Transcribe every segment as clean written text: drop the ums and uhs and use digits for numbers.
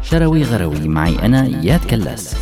شروي غروي معي أنا إياد كلاس.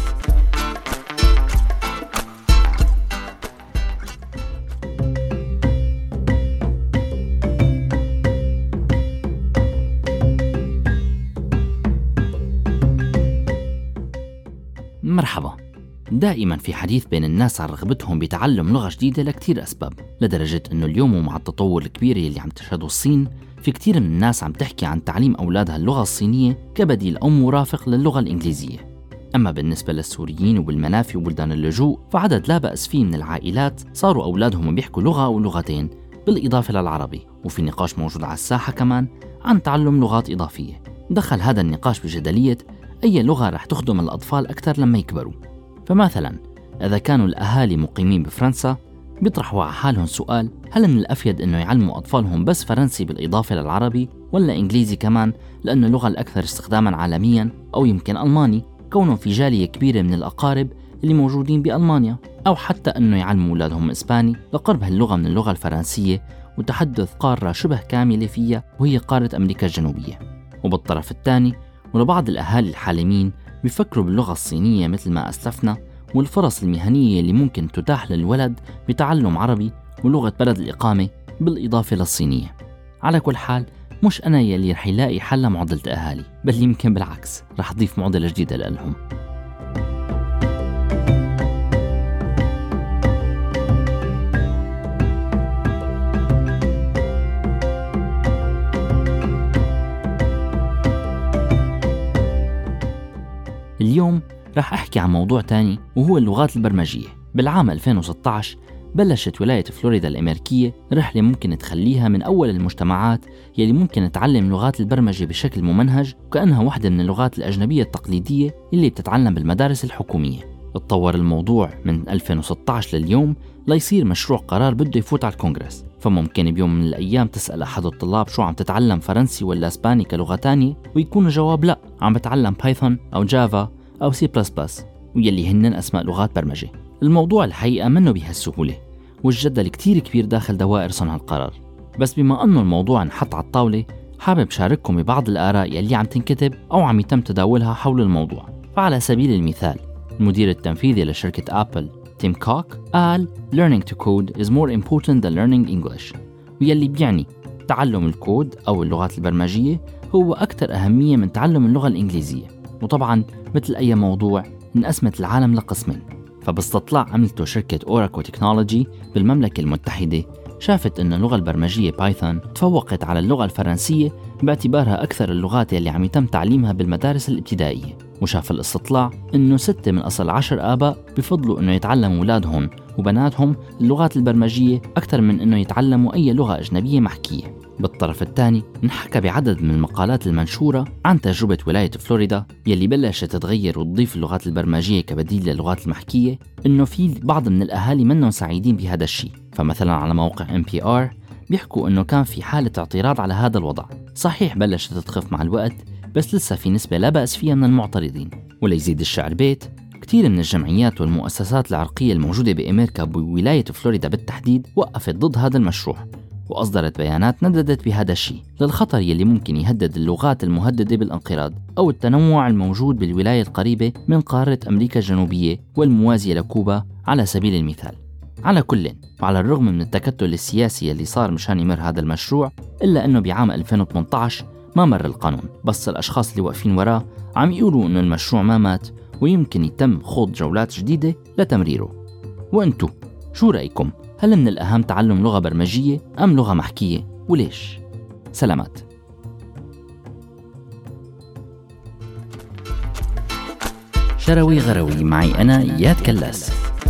مرحبا. دائما في حديث بين الناس عن رغبتهم بتعلم لغة جديدة لكتير أسباب، لدرجة أنه اليوم ومع التطور الكبير اللي عم تشهده الصين، في كتير من الناس عم تحكي عن تعليم أولادها اللغة الصينية كبديل أو مرافق للغة الإنجليزية. أما بالنسبة للسوريين وبالمنافي وبلدان اللجوء، فعدد لا بأس فيه من العائلات صاروا أولادهم بيحكوا لغة أو لغتين بالإضافة للعربي، وفي نقاش موجود على الساحة كمان عن تعلم لغات إضافية. دخل هذا النقاش بجدلية أي لغة رح تخدم الأطفال أكثر لما يكبروا. فمثلا إذا كانوا الأهالي مقيمين بفرنسا بيطرحوا على حالهم سؤال: هل من الأفيد إنه يعلموا أطفالهم بس فرنسي بالإضافة للعربي، ولا إنجليزي كمان لأنه اللغة الأكثر استخداما عالميا، أو يمكن ألماني كونهم في جالية كبيرة من الأقارب اللي موجودين بألمانيا، أو حتى إنه يعلموا أولادهم إسباني لقرب هاللغة من اللغة الفرنسية وتحدث قارة شبه كاملة فيها وهي قارة أمريكا الجنوبية. وبالطرف الثاني ولبعض الأهالي الحالمين بيفكروا باللغة الصينية مثل ما أسلفنا، والفرص المهنية اللي ممكن تتاح للولد بتعلم عربي ولغة بلد الإقامة بالإضافة للصينية. على كل حال، مش أنا يلي رح يلاقي حل معضلة أهالي، بل يمكن بالعكس رح أضيف معضلة جديدة لهم. اليوم رح أحكي عن موضوع تاني، وهو اللغات البرمجية. بالعام 2016 بلشت ولاية فلوريدا الأمريكية رحلة ممكن تخليها من أول المجتمعات يلي ممكن تعلم لغات البرمجة بشكل ممنهج، وكأنها واحدة من اللغات الأجنبية التقليدية اللي بتتعلم بالمدارس الحكومية. اتطور الموضوع من 2016 لليوم ليصير مشروع قرار بده يفوت على الكونغرس. فممكن بيوم من الأيام تسأل أحد الطلاب: شو عم تتعلم، فرنسي ولا إسباني كلغة تانية؟ ويكون الجواب لا، عم بتعلم بايثون أو جافا أو سي بلس بلس، ويلي هنن أسماء لغات برمجة. الموضوع الحقيقة منه بهالسهولة، والجدل كتير كبير داخل دوائر صنع القرار. بس بما أنه الموضوع انحط على الطاولة، حابب شارككم ببعض الآراء يلي عم تنكتب أو عم يتم تداولها حول الموضوع. فعلى سبيل المثال، المدير التنفيذي لشركة آبل تيم كوك قال: Learning to code is more important than learning English، ويلي بيعني تعلم الكود أو اللغات البرمجية هو أكثر أهمية من تعلم اللغة الإنجليزية. وطبعا مثل أي موضوع انقسمت العالم لقسمين. فباستطلاع عملته شركة أوراكو تكنولوجي بالمملكة المتحدة، شافت أن اللغة البرمجية بايثون تفوقت على اللغة الفرنسية باعتبارها أكثر اللغات اللي عم يتم تعليمها بالمدارس الابتدائية. وشاف الاستطلاع أنه 6 من أصل 10 آباء بفضلوا أنه يتعلموا أولادهم وبناتهم اللغات البرمجية أكثر من أنه يتعلموا أي لغة أجنبية محكية. بالطرف الثاني نحكى بعدد من المقالات المنشورة عن تجربة ولاية فلوريدا يلي بلشت تتغير وتضيف اللغات البرمجية كبديل للغات المحكية، إنه في بعض من الأهالي منهم سعيدين بهذا الشيء. فمثلا على موقع NPR بيحكوا إنه كان في حالة اعتراض على هذا الوضع. صحيح بلشت تخف مع الوقت، بس لسه في نسبة لا بأس فيها من المعترضين. وليزيد الشعر بيت، كثير من الجمعيات والمؤسسات العرقية الموجودة بأمريكا بولاية فلوريدا بالتحديد وقفت ضد هذا المشروع، وأصدرت بيانات نددت بهذا الشيء للخطر يلي ممكن يهدد اللغات المهددة بالانقراض أو التنوع الموجود بالولاية القريبة من قارة أمريكا الجنوبية والموازية لكوبا على سبيل المثال. على كل، وعلى الرغم من التكتل السياسي اللي صار مشان يمر هذا المشروع، إلا أنه بعام 2018 ما مر القانون، بس الأشخاص اللي واقفين وراه عم يقولوا أنه المشروع ما مات ويمكن يتم خوض جولات جديدة لتمريره. وأنتو شو رأيكم؟ هل من الأهم تعلم لغة برمجية أم لغة محكية؟ وليش؟ سلامات. شروي غروي معي أنا إياد كلاس.